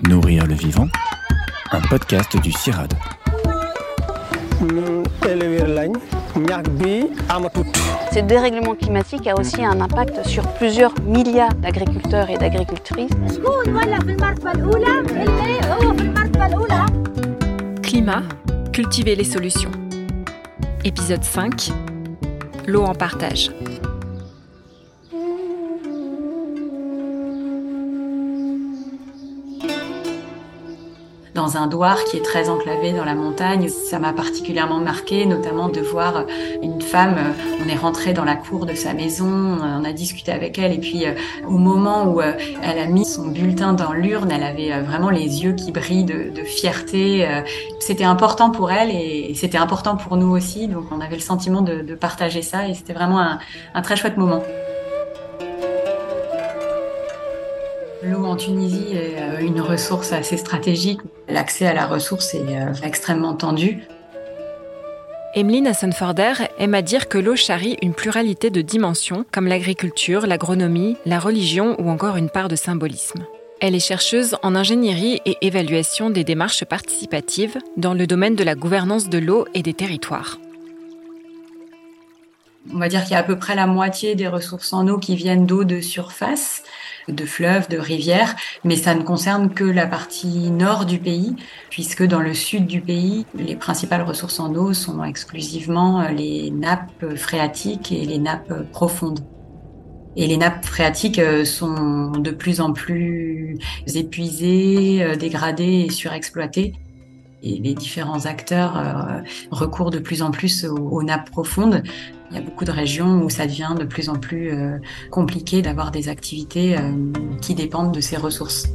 Nourrir le vivant, un podcast du CIRAD. Ce dérèglement climatique a aussi un impact sur plusieurs milliards d'agriculteurs et d'agricultrices. Climat, cultiver les solutions. Épisode 5, l'eau en partage. Dans un douar qui est très enclavé dans la montagne. Ça m'a particulièrement marqué, notamment de voir une femme, on est rentré dans la cour de sa maison, on a discuté avec elle et puis au moment où elle a mis son bulletin dans l'urne, elle avait vraiment les yeux qui brillent de fierté. C'était important pour elle et c'était important pour nous aussi, donc on avait le sentiment de partager ça et c'était vraiment un très chouette moment. L'eau en Tunisie est une ressource assez stratégique. L'accès à la ressource est extrêmement tendu. Emeline Hassan-Forder aime à dire que l'eau charrie une pluralité de dimensions, comme l'agriculture, l'agronomie, la religion ou encore une part de symbolisme. Elle est chercheuse en ingénierie et évaluation des démarches participatives dans le domaine de la gouvernance de l'eau et des territoires. On va dire qu'il y a à peu près la moitié des ressources en eau qui viennent d'eau de surface, de fleuves, de rivières, mais ça ne concerne que la partie nord du pays, puisque dans le sud du pays, les principales ressources en eau sont exclusivement les nappes phréatiques et les nappes profondes. Et les nappes phréatiques sont de plus en plus épuisées, dégradées et surexploitées. Et les différents acteurs recourent de plus en plus aux nappes profondes. Il y a beaucoup de régions où ça devient de plus en plus compliqué d'avoir des activités qui dépendent de ces ressources.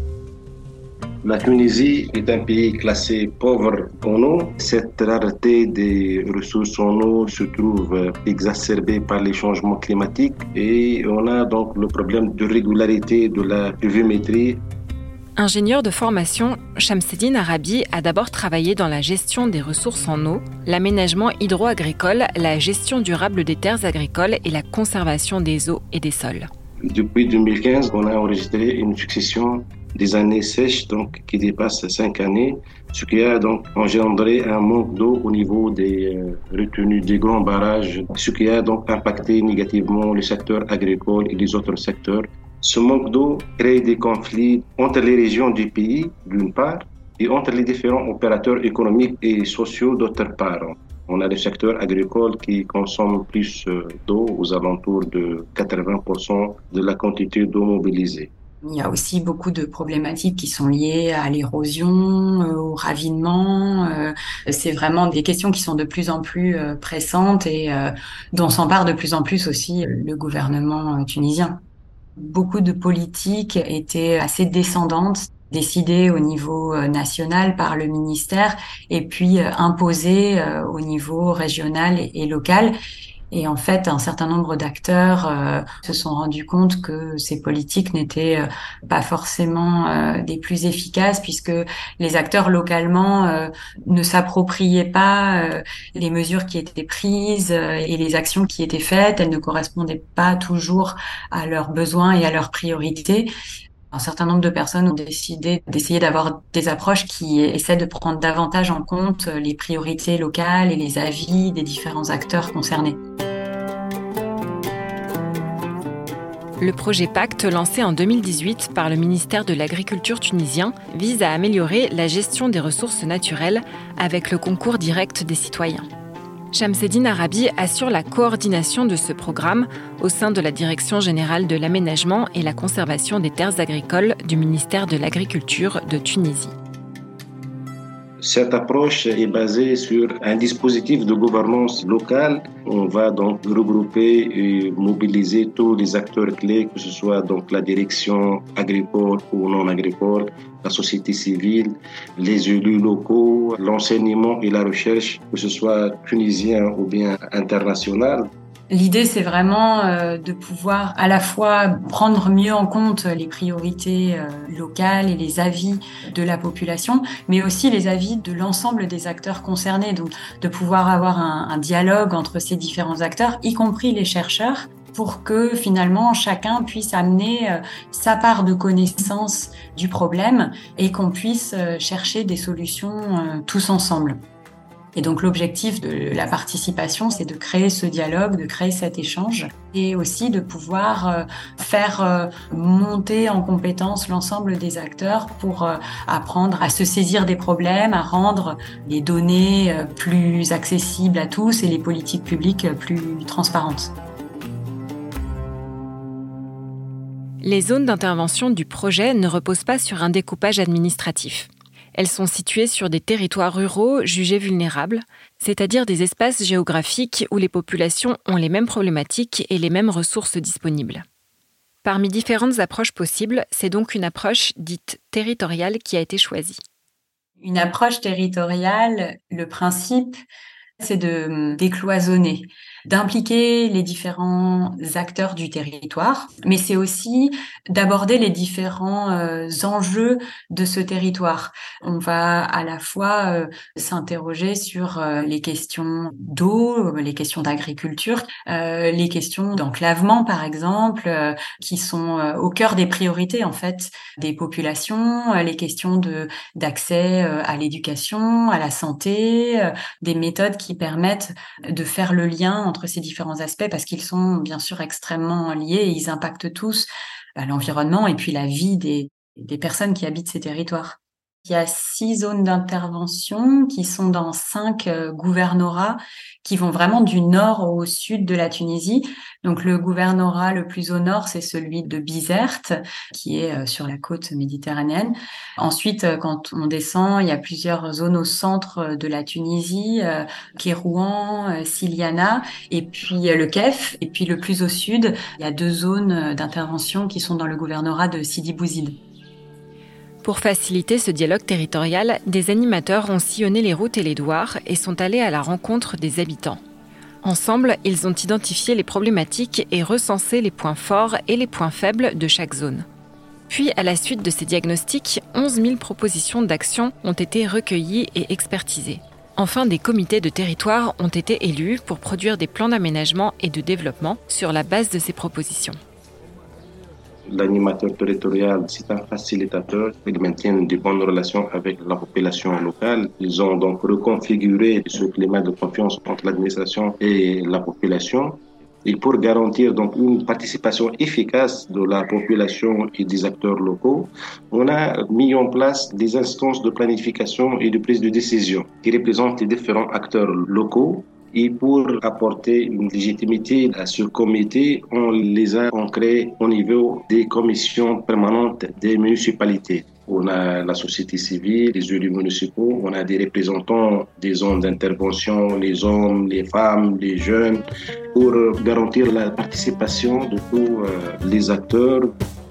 La Tunisie est un pays classé pauvre en eau. Cette rareté des ressources en eau se trouve exacerbée par les changements climatiques et on a donc le problème de régularité de la pluviométrie. Ingénieur de formation, Shamseddine Arabi a d'abord travaillé dans la gestion des ressources en eau, l'aménagement hydro-agricole, la gestion durable des terres agricoles et la conservation des eaux et des sols. Depuis 2015, on a enregistré une succession des années sèches qui dépassent 5 années, ce qui a donc engendré un manque d'eau au niveau des retenues des grands barrages, ce qui a donc impacté négativement le secteur agricole et les autres secteurs. Ce manque d'eau crée des conflits entre les régions du pays, d'une part, et entre les différents opérateurs économiques et sociaux, d'autre part. On a le secteur agricole qui consomme plus d'eau, aux alentours de 80% de la quantité d'eau mobilisée. Il y a aussi beaucoup de problématiques qui sont liées à l'érosion, au ravinement. C'est vraiment des questions qui sont de plus en plus pressantes et dont s'empare de plus en plus aussi le gouvernement tunisien. Beaucoup de politiques étaient assez descendantes, décidées au niveau national par le ministère et puis imposées au niveau régional et local. Et en fait, un certain nombre d'acteurs se sont rendus compte que ces politiques n'étaient pas forcément des plus efficaces puisque les acteurs localement ne s'appropriaient pas les mesures qui étaient prises et les actions qui étaient faites. Elles ne correspondaient pas toujours à leurs besoins et à leurs priorités. Un certain nombre de personnes ont décidé d'essayer d'avoir des approches qui essaient de prendre davantage en compte les priorités locales et les avis des différents acteurs concernés. Le projet Pacte, lancé en 2018 par le ministère de l'Agriculture tunisien, vise à améliorer la gestion des ressources naturelles avec le concours direct des citoyens. Shamseddine Arabi assure la coordination de ce programme au sein de la Direction générale de l'aménagement et la conservation des terres agricoles du ministère de l'Agriculture de Tunisie. Cette approche est basée sur un dispositif de gouvernance locale. On va donc regrouper et mobiliser tous les acteurs clés, que ce soit donc la direction agricole ou non agricole, la société civile, les élus locaux, l'enseignement et la recherche, que ce soit tunisien ou bien international. L'idée, c'est vraiment de pouvoir à la fois prendre mieux en compte les priorités locales et les avis de la population, mais aussi les avis de l'ensemble des acteurs concernés. Donc, de pouvoir avoir un dialogue entre ces différents acteurs, y compris les chercheurs, pour que finalement chacun puisse amener sa part de connaissance du problème et qu'on puisse chercher des solutions tous ensemble. Et donc l'objectif de la participation, c'est de créer ce dialogue, de créer cet échange et aussi de pouvoir faire monter en compétence l'ensemble des acteurs pour apprendre à se saisir des problèmes, à rendre les données plus accessibles à tous et les politiques publiques plus transparentes. Les zones d'intervention du projet ne reposent pas sur un découpage administratif. Elles sont situées sur des territoires ruraux jugés vulnérables, c'est-à-dire des espaces géographiques où les populations ont les mêmes problématiques et les mêmes ressources disponibles. Parmi différentes approches possibles, c'est donc une approche dite territoriale qui a été choisie. Une approche territoriale, le principe, c'est de décloisonner, d'impliquer les différents acteurs du territoire, mais c'est aussi d'aborder les différents enjeux de ce territoire. On va à la fois s'interroger sur les questions d'eau, les questions d'agriculture, les questions d'enclavement par exemple, qui sont au cœur des priorités en fait des populations, les questions d'accès à l'éducation, à la santé, des méthodes qui permettent de faire le lien entre ces différents aspects parce qu'ils sont bien sûr extrêmement liés et ils impactent tous l'environnement et puis la vie des personnes qui habitent ces territoires. Il y a 6 zones d'intervention qui sont dans 5 gouvernorats qui vont vraiment du nord au sud de la Tunisie. Donc le gouvernorat le plus au nord, c'est celui de Bizerte, qui est sur la côte méditerranéenne. Ensuite, quand on descend, il y a plusieurs zones au centre de la Tunisie, Kérouan, Siliana, et puis le Kef. Et puis le plus au sud, il y a 2 zones d'intervention qui sont dans le gouvernorat de Sidi Bouzid. Pour faciliter ce dialogue territorial, des animateurs ont sillonné les routes et les douars et sont allés à la rencontre des habitants. Ensemble, ils ont identifié les problématiques et recensé les points forts et les points faibles de chaque zone. Puis, à la suite de ces diagnostics, 11 000 propositions d'action ont été recueillies et expertisées. Enfin, des comités de territoire ont été élus pour produire des plans d'aménagement et de développement sur la base de ces propositions. L'animateur territorial, c'est un facilitateur. Ils maintiennent de bonnes relations avec la population locale. Ils ont donc reconfiguré ce climat de confiance entre l'administration et la population. Et pour garantir donc une participation efficace de la population et des acteurs locaux, on a mis en place des instances de planification et de prise de décision qui représentent les différents acteurs locaux. Et pour apporter une légitimité à ce comité, on les a ancrés au niveau des commissions permanentes des municipalités. On a la société civile, les élus municipaux, on a des représentants des zones d'intervention, les hommes, les femmes, les jeunes, pour garantir la participation de tous les acteurs.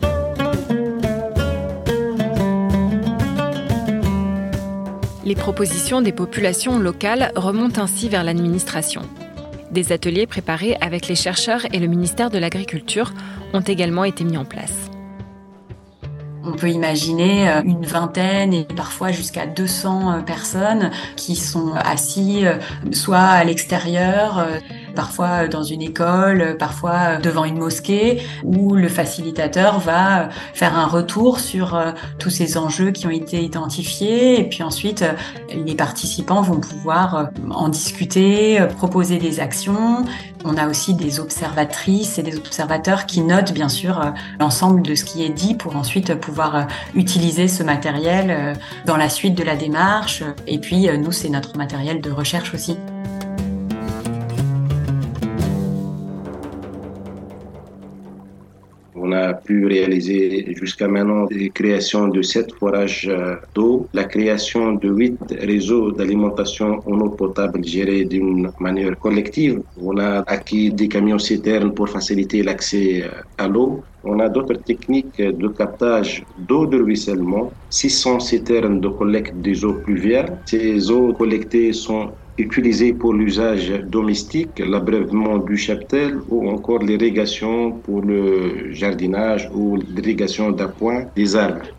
Les propositions des populations locales remontent ainsi vers l'administration. Des ateliers préparés avec les chercheurs et le ministère de l'Agriculture ont également été mis en place. On peut imaginer une vingtaine et parfois jusqu'à 200 personnes qui sont assis soit à l'extérieur, parfois dans une école, parfois devant une mosquée, où le facilitateur va faire un retour sur tous ces enjeux qui ont été identifiés. Et puis ensuite, les participants vont pouvoir en discuter, proposer des actions. On a aussi des observatrices et des observateurs qui notent bien sûr l'ensemble de ce qui est dit pour ensuite pouvoir utiliser ce matériel dans la suite de la démarche. Et puis nous, c'est notre matériel de recherche aussi. On a pu réaliser jusqu'à maintenant la création de 7 forages d'eau, la création de 8 réseaux d'alimentation en eau potable gérés d'une manière collective. On a acquis des camions citernes pour faciliter l'accès à l'eau. On a d'autres techniques de captage d'eau de ruissellement, 600 citernes de collecte des eaux pluviales. Ces eaux collectées sont utilisées pour l'usage domestique, l'abreuvement du cheptel ou encore l'irrigation pour le jardinage ou l'irrigation d'appoint des arbres.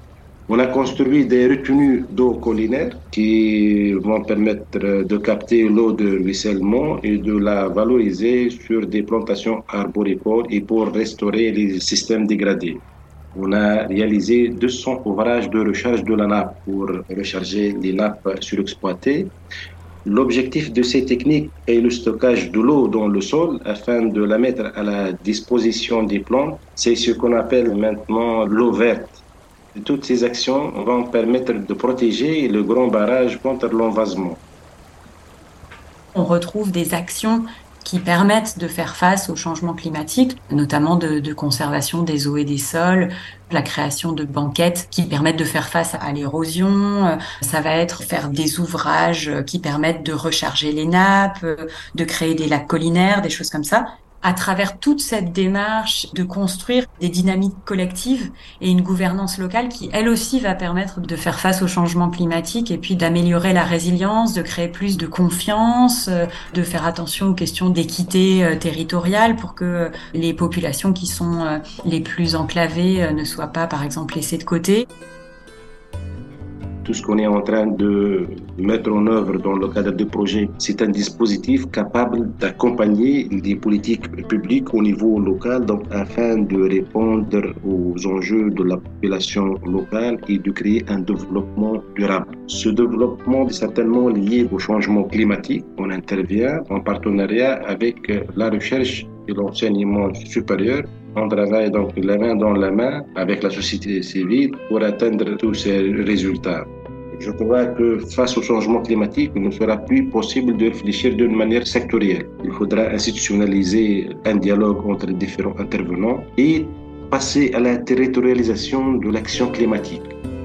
On a construit des retenues d'eau collinaires qui vont permettre de capter l'eau de ruissellement et de la valoriser sur des plantations arboricoles et pour restaurer les systèmes dégradés. On a réalisé 200 ouvrages de recharge de la nappe pour recharger les nappes surexploitées. L'objectif de ces techniques est le stockage de l'eau dans le sol afin de la mettre à la disposition des plantes. C'est ce qu'on appelle maintenant l'eau verte. Toutes ces actions vont permettre de protéger le grand barrage contre l'envasement. On retrouve des actions qui permettent de faire face au changement climatique, notamment de conservation des eaux et des sols, la création de banquettes qui permettent de faire face à l'érosion. Ça va être faire des ouvrages qui permettent de recharger les nappes, de créer des lacs collinaires, des choses comme ça. À travers toute cette démarche de construire des dynamiques collectives et une gouvernance locale qui, elle aussi, va permettre de faire face au changement climatique et puis d'améliorer la résilience, de créer plus de confiance, de faire attention aux questions d'équité territoriale pour que les populations qui sont les plus enclavées ne soient pas, par exemple, laissées de côté. Tout ce qu'on est en train de mettre en œuvre dans le cadre de projet, c'est un dispositif capable d'accompagner des politiques publiques au niveau local, donc afin de répondre aux enjeux de la population locale et de créer un développement durable. Ce développement est certainement lié au changement climatique. On intervient en partenariat avec la recherche et l'enseignement supérieur. On travaille donc la main dans la main avec la société civile pour atteindre tous ces résultats. Je crois que face au changement climatique, il ne sera plus possible de réfléchir d'une manière sectorielle. Il faudra institutionnaliser un dialogue entre différents intervenants et passer à la territorialisation de l'action climatique.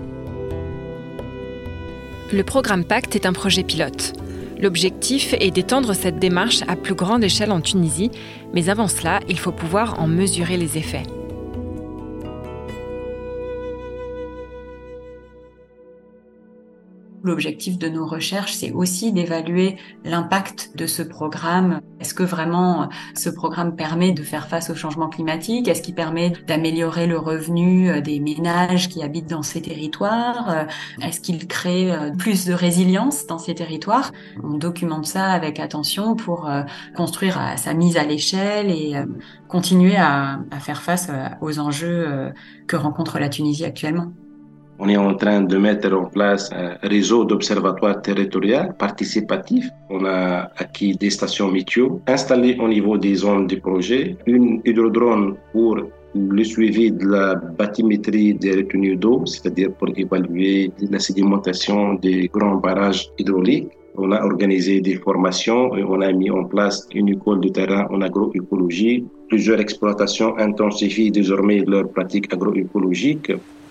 Le programme Pacte est un projet pilote. L'objectif est d'étendre cette démarche à plus grande échelle en Tunisie, mais avant cela, il faut pouvoir en mesurer les effets. L'objectif de nos recherches, c'est aussi d'évaluer l'impact de ce programme. Est-ce que vraiment ce programme permet de faire face au changement climatique? Est-ce qu'il permet d'améliorer le revenu des ménages qui habitent dans ces territoires? Est-ce qu'il crée plus de résilience dans ces territoires? On documente ça avec attention pour construire sa mise à l'échelle et continuer à faire face aux enjeux que rencontre la Tunisie actuellement. On est en train de mettre en place un réseau d'observatoires territoriaux participatifs. On a acquis des stations météo installées au niveau des zones du projet, une hydrodrone pour le suivi de la bathymétrie des retenues d'eau, c'est-à-dire pour évaluer la sédimentation des grands barrages hydrauliques. On a organisé des formations et on a mis en place une école de terrain en agroécologie. Plusieurs exploitations intensifient désormais leurs pratiques agroécologiques.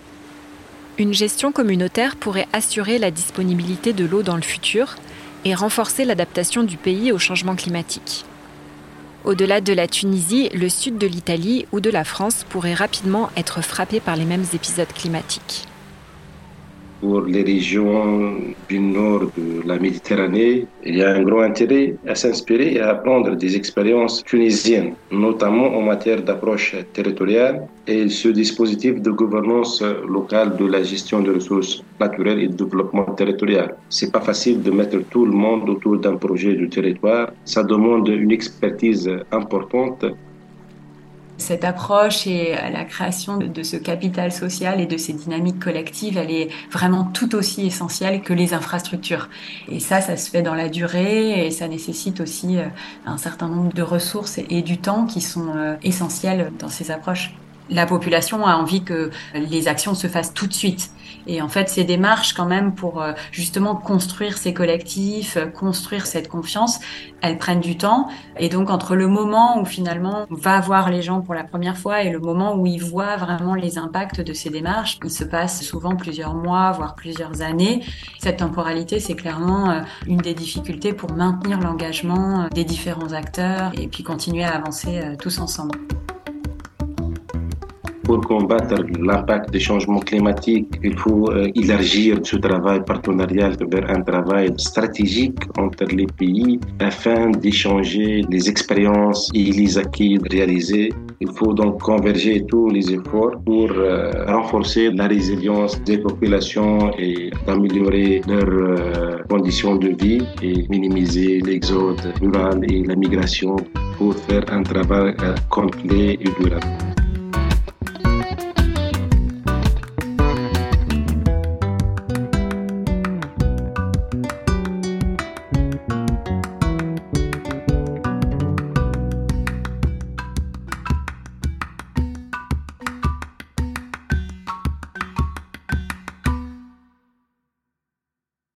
Une gestion communautaire pourrait assurer la disponibilité de l'eau dans le futur et renforcer l'adaptation du pays au changement climatique. Au-delà de la Tunisie, le sud de l'Italie ou de la France pourrait rapidement être frappé par les mêmes épisodes climatiques. Pour les régions du nord de la Méditerranée, il y a un grand intérêt à s'inspirer et à apprendre des expériences tunisiennes, notamment en matière d'approche territoriale et ce dispositif de gouvernance locale de la gestion des ressources naturelles et de développement territorial. C'est pas facile de mettre tout le monde autour d'un projet de territoire. Ça demande une expertise importante. Cette approche et la création de ce capital social et de ces dynamiques collectives, elle est vraiment tout aussi essentielle que les infrastructures. Et ça se fait dans la durée et ça nécessite aussi un certain nombre de ressources et du temps qui sont essentiels dans ces approches. La population a envie que les actions se fassent tout de suite. Et en fait, ces démarches, quand même, pour justement construire ces collectifs, construire cette confiance, elles prennent du temps. Et donc, entre le moment où finalement on va voir les gens pour la première fois et le moment où ils voient vraiment les impacts de ces démarches, il se passe souvent plusieurs mois, voire plusieurs années. Cette temporalité, c'est clairement une des difficultés pour maintenir l'engagement des différents acteurs et puis continuer à avancer tous ensemble. Pour combattre l'impact des changements climatiques, il faut élargir ce travail partenarial vers un travail stratégique entre les pays afin d'échanger les expériences et les acquis réalisés. Il faut donc converger tous les efforts pour renforcer la résilience des populations et d'améliorer leurs conditions de vie et minimiser l'exode rural et la migration pour faire un travail complet et durable.